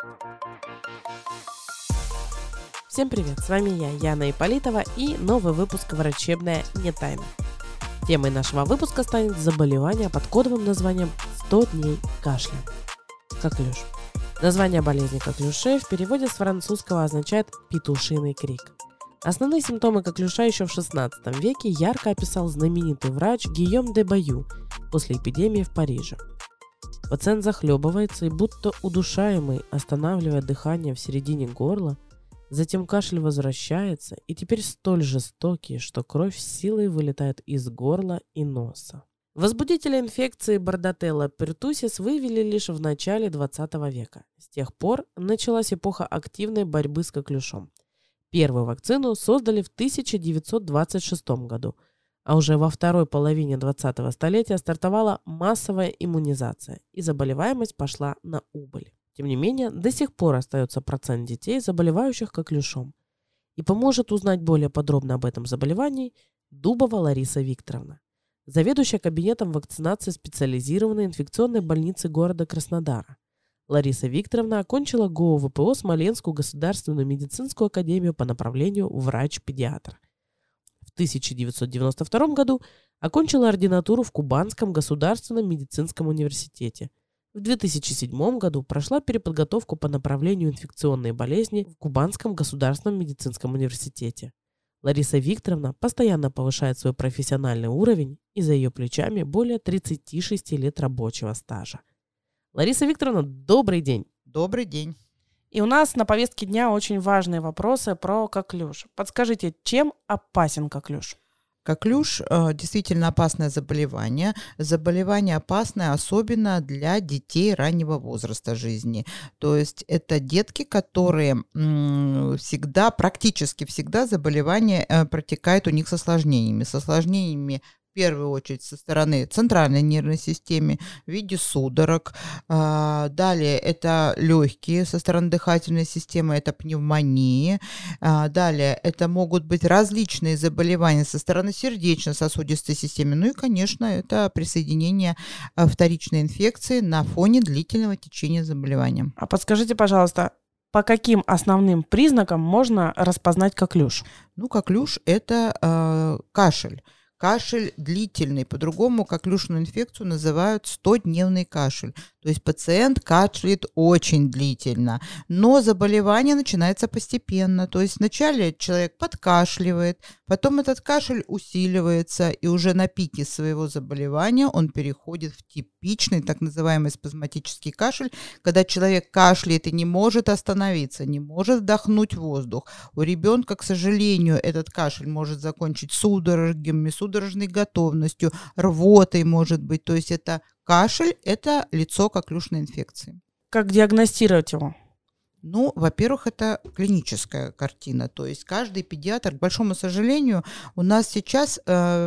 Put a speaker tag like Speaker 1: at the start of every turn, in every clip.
Speaker 1: Всем привет, с вами я, Яна Ипполитова, и новый выпуск «Врачебная не тайна». Темой нашего выпуска станет заболевание под кодовым названием «100 дней кашля». Коклюш. Название болезни коклюше в переводе с французского означает «петушиный крик». Основные симптомы коклюша еще в XVI веке ярко описал знаменитый врач Гийом де Баю после эпидемии в Париже. Пациент захлебывается и будто удушаемый останавливает дыхание в середине горла, затем кашель возвращается и теперь столь жестокий, что кровь силой вылетает из горла и носа. Возбудителя инфекции Bordetella pertussis выявили лишь в начале 20 века. С тех пор началась эпоха активной борьбы с коклюшом. Первую вакцину создали в 1926 году, а уже во второй половине 20-го столетия стартовала массовая иммунизация, и заболеваемость пошла на убыль. Тем не менее, до сих пор остается процент детей, заболевающих коклюшом. И поможет узнать более подробно об этом заболевании Дубова Лариса Викторовна, заведующая кабинетом вакцинации специализированной инфекционной больницы города Краснодара. Лариса Викторовна окончила ГОУ ВПО Смоленскую государственную медицинскую академию по направлению врач-педиатр. В 1992 году окончила ординатуру в Кубанском государственном медицинском университете. В 2007 году прошла переподготовку по направлению инфекционные болезни в Кубанском государственном медицинском университете. Лариса Викторовна постоянно повышает свой профессиональный уровень, и за ее плечами более 36 лет рабочего стажа. Лариса Викторовна, добрый день.
Speaker 2: Добрый день.
Speaker 1: И у нас на повестке дня очень важные вопросы про коклюш. Подскажите, чем опасен коклюш?
Speaker 2: Коклюш действительно опасное заболевание. Заболевание опасное особенно для детей раннего возраста жизни. То есть это детки, которые практически всегда заболевание протекает у них с осложнениями в первую очередь со стороны центральной нервной системы в виде судорог. Далее это легкие со стороны дыхательной системы, это пневмонии. Далее это могут быть различные заболевания со стороны сердечно-сосудистой системы. Ну и, конечно, это присоединение вторичной инфекции на фоне длительного течения заболевания.
Speaker 1: А подскажите, пожалуйста, по каким основным признакам можно распознать коклюш?
Speaker 2: Коклюш – это кашель. Кашель длительный, по-другому коклюшную инфекцию называют 100-дневный кашель. То есть пациент кашляет очень длительно, но заболевание начинается постепенно. То есть вначале человек подкашливает, потом этот кашель усиливается, и уже на пике своего заболевания он переходит в типичный так называемый спазматический кашель, когда человек кашляет и не может остановиться, не может вдохнуть воздух. У ребенка, к сожалению, этот кашель может закончить судорогами, судорожной готовностью, рвотой может быть. То есть это кашель – это лицо коклюшной инфекции.
Speaker 1: Как диагностировать его?
Speaker 2: Во-первых, это клиническая картина. То есть каждый педиатр, к большому сожалению, у нас сейчас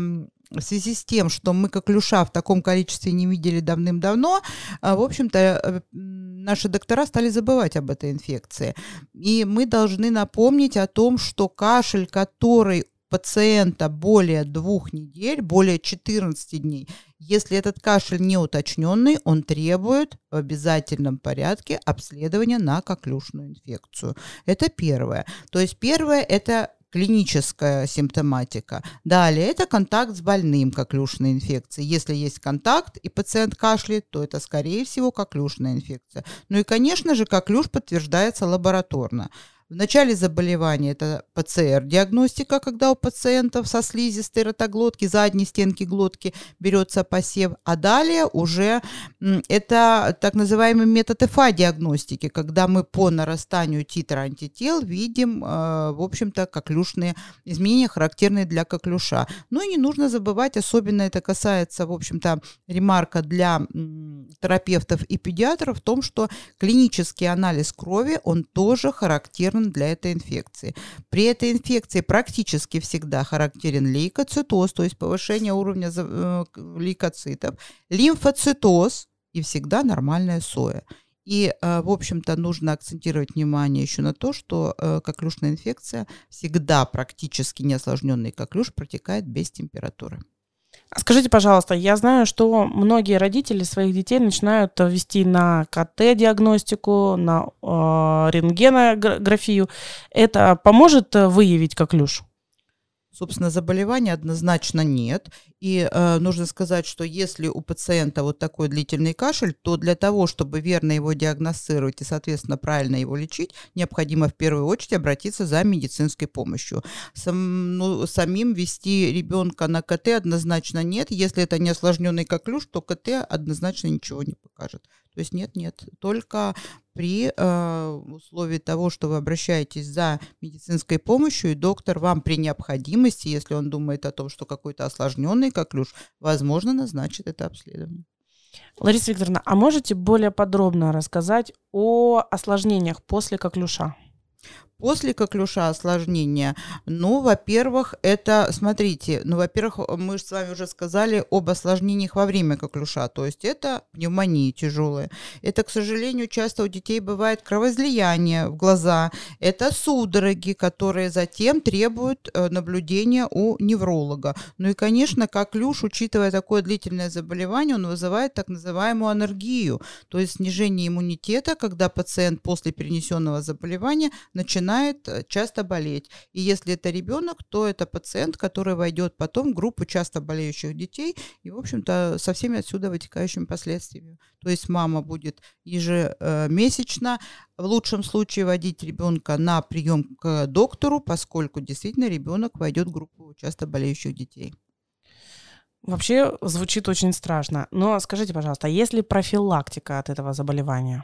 Speaker 2: в связи с тем, что мы коклюша в таком количестве не видели давным-давно, в общем-то, наши доктора стали забывать об этой инфекции. И мы должны напомнить о том, что кашель, который пациента более 2 недель, более 14 дней, если этот кашель не уточненный, он требует в обязательном порядке обследования на коклюшную инфекцию. Это первое. То есть первое – это клиническая симптоматика. Далее это контакт с больным коклюшной инфекцией. Если есть контакт и пациент кашляет, то это, скорее всего, коклюшная инфекция. И, конечно же, коклюш подтверждается лабораторно. В начале заболевания это ПЦР-диагностика, когда у пациентов со слизистой ротоглотки, задней стенки глотки берется посев, а далее уже это так называемый метод ФА-диагностики, когда мы по нарастанию титра антител видим, в общем-то, коклюшные изменения, характерные для коклюша. И не нужно забывать, особенно это касается, в общем-то, ремарка для терапевтов и педиатров, в том, что клинический анализ крови, он тоже характерен для этой инфекции. При этой инфекции практически всегда характерен лейкоцитоз, то есть повышение уровня лейкоцитов, лимфоцитоз и всегда нормальная СОЭ. И, в общем-то, нужно акцентировать внимание еще на то, что коклюшная инфекция всегда практически неосложненный коклюш протекает без температуры.
Speaker 1: Скажите, пожалуйста, я знаю, что многие родители своих детей начинают вести на КТ-диагностику, на рентгенографию. Это поможет выявить коклюш?
Speaker 2: Собственно, заболевания однозначно нет. И нужно сказать, что если у пациента вот такой длительный кашель, то для того, чтобы верно его диагностировать и, соответственно, правильно его лечить, необходимо в первую очередь обратиться за медицинской помощью. Самим вести ребенка на КТ однозначно нет. Если это не осложненный коклюш, то КТ однозначно ничего не покажет. То есть нет. Только при условии того, что вы обращаетесь за медицинской помощью, и доктор вам при необходимости, если он думает о том, что какой-то осложненный коклюш, возможно, назначит это обследование.
Speaker 1: Лариса Викторовна, а можете более подробно рассказать о осложнениях после коклюша?
Speaker 2: После коклюша осложнения, во-первых, смотрите, во-первых, мы же с вами уже сказали об осложнениях во время коклюша, то есть это пневмонии тяжелые. Это, к сожалению, часто у детей бывает кровоизлияние в глаза, это судороги, которые затем требуют наблюдения у невролога. Ну и, конечно, коклюш, учитывая такое длительное заболевание, он вызывает так называемую анаргию, то есть снижение иммунитета, когда пациент после перенесенного заболевания начинает часто болеть. И если это ребенок, то это пациент, который войдет потом в группу часто болеющих детей и, в общем-то, со всеми отсюда вытекающими последствиями. То есть мама будет ежемесячно, в лучшем случае, водить ребенка на прием к доктору, поскольку действительно ребенок войдет в группу часто болеющих детей.
Speaker 1: Вообще звучит очень страшно. Но скажите, пожалуйста, есть ли профилактика от этого заболевания?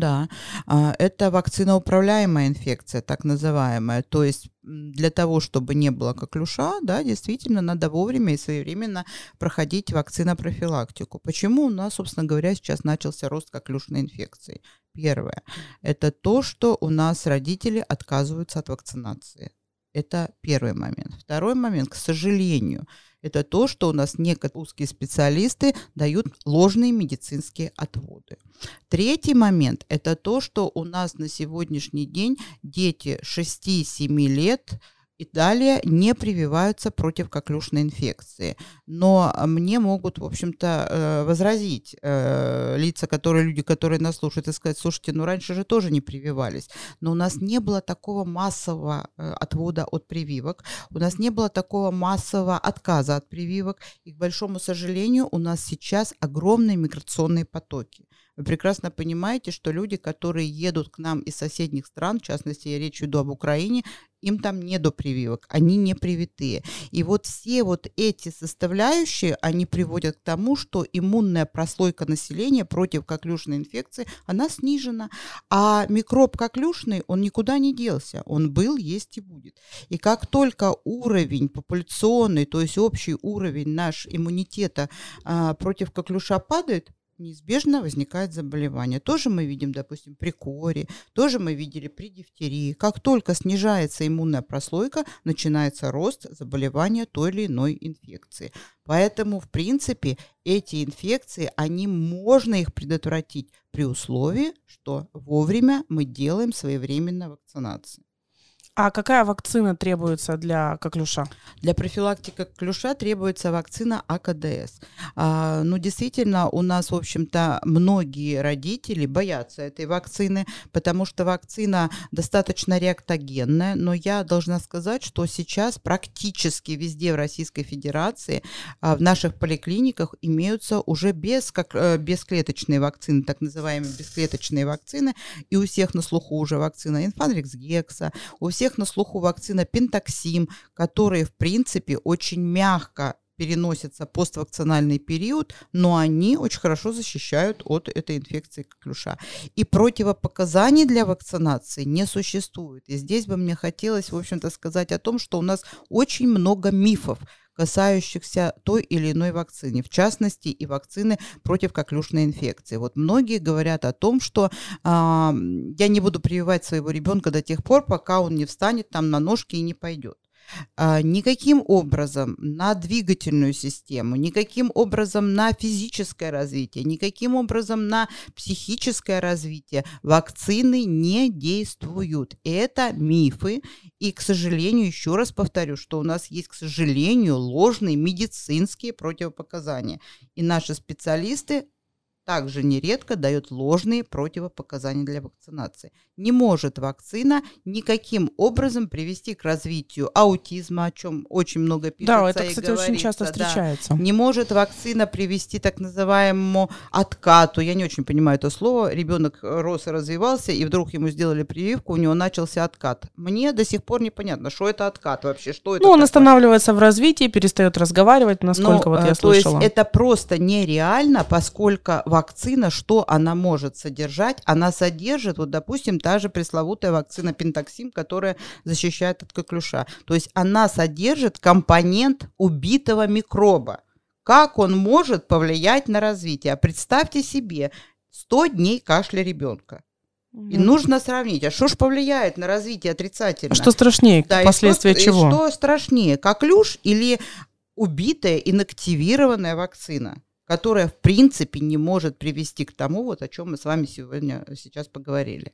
Speaker 2: Это вакциноуправляемая инфекция, так называемая. То есть для того, чтобы не было коклюша, действительно надо вовремя и своевременно проходить вакцинопрофилактику. Почему у нас, собственно говоря, сейчас начался рост коклюшной инфекции? Первое – это то, что у нас родители отказываются от вакцинации. Это первый момент. Второй момент, к сожалению, это то, что у нас некоторые узкие специалисты дают ложные медицинские отводы. Третий момент – это то, что у нас на сегодняшний день дети 6-7 лет и далее не прививаются против коклюшной инфекции. Но мне могут, в общем-то, возразить люди, которые нас слушают, и сказать: слушайте, раньше же тоже не прививались. Но у нас не было такого массового отвода от прививок, у нас не было такого массового отказа от прививок. И, к большому сожалению, у нас сейчас огромные миграционные потоки. Вы прекрасно понимаете, что люди, которые едут к нам из соседних стран, в частности, я речь веду об Украине, им там не до прививок, они не привитые. И вот все вот эти составляющие, они приводят к тому, что иммунная прослойка населения против коклюшной инфекции, она снижена. А микроб коклюшный, он никуда не делся. Он был, есть и будет. И как только уровень популяционный, то есть общий уровень наш иммунитета против коклюша падает, неизбежно возникает заболевание. Тоже мы видим, допустим, при коре, тоже мы видели при дифтерии. Как только снижается иммунная прослойка, начинается рост заболевания той или иной инфекции. Поэтому, в принципе, эти инфекции, можно их предотвратить при условии, что вовремя мы делаем своевременно вакцинацию.
Speaker 1: А какая вакцина требуется для коклюша?
Speaker 2: Для профилактики коклюша требуется вакцина АКДС. Действительно, у нас, в общем-то, многие родители боятся этой вакцины, потому что вакцина достаточно реактогенная, но я должна сказать, что сейчас практически везде в Российской Федерации в наших поликлиниках имеются уже бесклеточные вакцины, так называемые бесклеточные вакцины, и у всех на слуху уже вакцина Инфанрикс Гекса, у всех на слуху вакцина Пентаксим, которые, в принципе, очень мягко переносятся поствакцинальный период, но они очень хорошо защищают от этой инфекции коклюша. И противопоказаний для вакцинации не существует. И здесь бы мне хотелось, в общем-то, сказать о том, что у нас очень много мифов, касающихся той или иной вакцины, в частности и вакцины против коклюшной инфекции. Вот многие говорят о том, что я не буду прививать своего ребенка до тех пор, пока он не встанет там на ножки и не пойдет. Никаким образом на двигательную систему, никаким образом на физическое развитие, никаким образом на психическое развитие вакцины не действуют. Это мифы. И, к сожалению, еще раз повторю, что у нас есть, к сожалению, ложные медицинские противопоказания. И наши специалисты также нередко дают ложные противопоказания для вакцинации. Не может вакцина никаким образом привести к развитию аутизма, о чем очень много пишется.
Speaker 1: Да, это, кстати, очень часто встречается.
Speaker 2: Не может вакцина привести к так называемому откату. Я не очень понимаю это слово. Ребенок рос и развивался, и вдруг ему сделали прививку, у него начался откат. Мне до сих пор непонятно, что это откат вообще, что это.
Speaker 1: Ну, он останавливается в развитии, перестает разговаривать, насколько вот я слышала.
Speaker 2: То есть это просто нереально, поскольку вакцина, что она может содержать? Она содержит, вот, допустим, та же пресловутая вакцина Пентаксим, которая защищает от коклюша. То есть она содержит компонент убитого микроба. Как он может повлиять на развитие? Представьте себе 100 дней кашля ребенка. И нужно сравнить, а что ж повлияет на развитие отрицательно?
Speaker 1: Что страшнее, последствия чего?
Speaker 2: Что страшнее, коклюш или убитая, инактивированная вакцина, которая, в принципе, не может привести к тому, вот о чем мы с вами сейчас поговорили.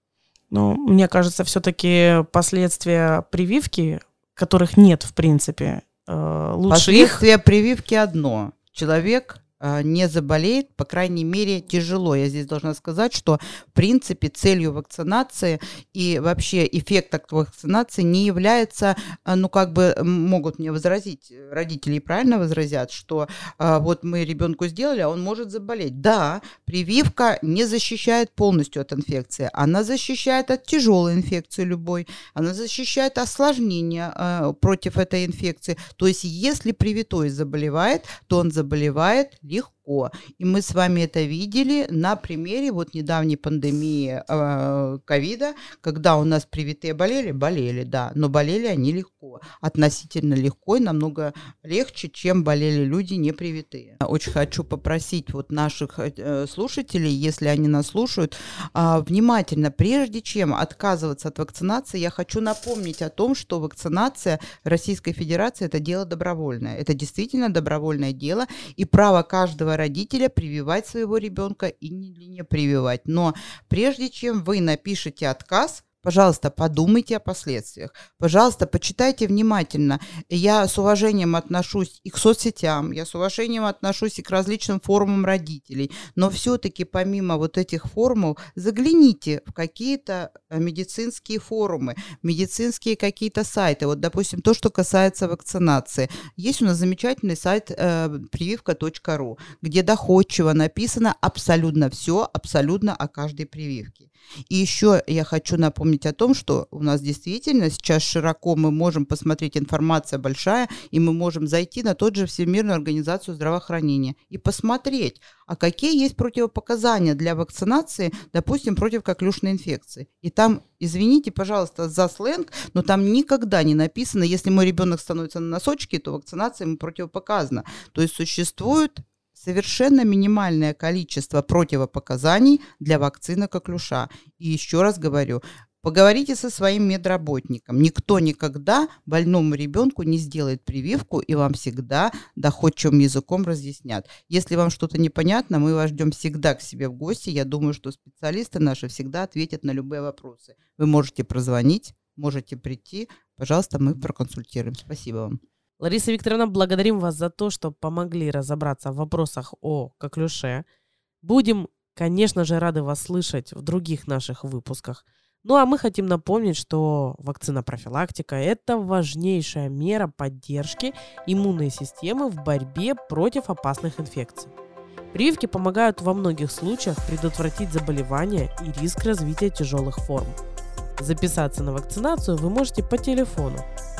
Speaker 1: Ну, мне кажется, все-таки последствия прививки, которых нет, в принципе, лучше
Speaker 2: последствия прививки одно. Человек не заболеет, по крайней мере, тяжело. Я здесь должна сказать, что, в принципе, целью вакцинации и вообще эффект от вакцинации не является, ну, как бы могут мне возразить, родители правильно возразят, что вот мы ребенку сделали, а он может заболеть. Да, прививка не защищает полностью от инфекции, она защищает от тяжелой инфекции любой, она защищает осложнения против этой инфекции. То есть, если привитой заболевает, то он заболевает легко. И мы с вами это видели на примере вот недавней пандемии ковида, когда у нас привитые болели, да, но болели они легко, относительно легко и намного легче, чем болели люди непривитые. Очень хочу попросить вот наших слушателей, если они нас слушают, внимательно, прежде чем отказываться от вакцинации, я хочу напомнить о том, что вакцинация Российской Федерации – это дело добровольное. Это действительно добровольное дело, и право каждого родителя прививать своего ребенка или не прививать. Но прежде чем вы напишете отказ, пожалуйста, подумайте о последствиях. Пожалуйста, почитайте внимательно. Я с уважением отношусь и к соцсетям, я с уважением отношусь и к различным форумам родителей. Но все-таки помимо вот этих форумов, загляните в какие-то медицинские форумы, медицинские какие-то сайты. Вот, допустим, то, что касается вакцинации. Есть у нас замечательный сайт прививка.ру, где доходчиво написано абсолютно все, абсолютно о каждой прививке. И еще я хочу напомнить о том, что у нас действительно сейчас широко мы можем посмотреть, информация большая, и мы можем зайти на тот же Всемирную организацию здравоохранения и посмотреть, а какие есть противопоказания для вакцинации, допустим, против коклюшной инфекции. И там, извините, пожалуйста, за сленг, но там никогда не написано, если мой ребенок становится на носочки, то вакцинация ему противопоказана. То есть существует совершенно минимальное количество противопоказаний для вакцины коклюша. И еще раз говорю, поговорите со своим медработником. Никто никогда больному ребенку не сделает прививку, и вам всегда доходчивым языком разъяснят. Если вам что-то непонятно, мы вас ждем всегда к себе в гости. Я думаю, что специалисты наши всегда ответят на любые вопросы. Вы можете прозвонить, можете прийти. Пожалуйста, мы проконсультируем. Спасибо вам.
Speaker 1: Лариса Викторовна, благодарим вас за то, что помогли разобраться в вопросах о коклюше. Будем, конечно же, рады вас слышать в других наших выпусках. Ну а мы хотим напомнить, что вакцинопрофилактика – это важнейшая мера поддержки иммунной системы в борьбе против опасных инфекций. Прививки помогают во многих случаях предотвратить заболевания и риск развития тяжелых форм. Записаться на вакцинацию вы можете по телефону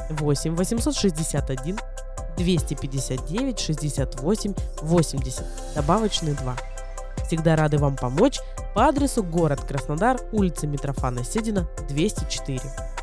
Speaker 1: 8 861 259 68 80, добавочный 2. Всегда рады вам помочь по адресу город Краснодар, улица Митрофана Седина, 204.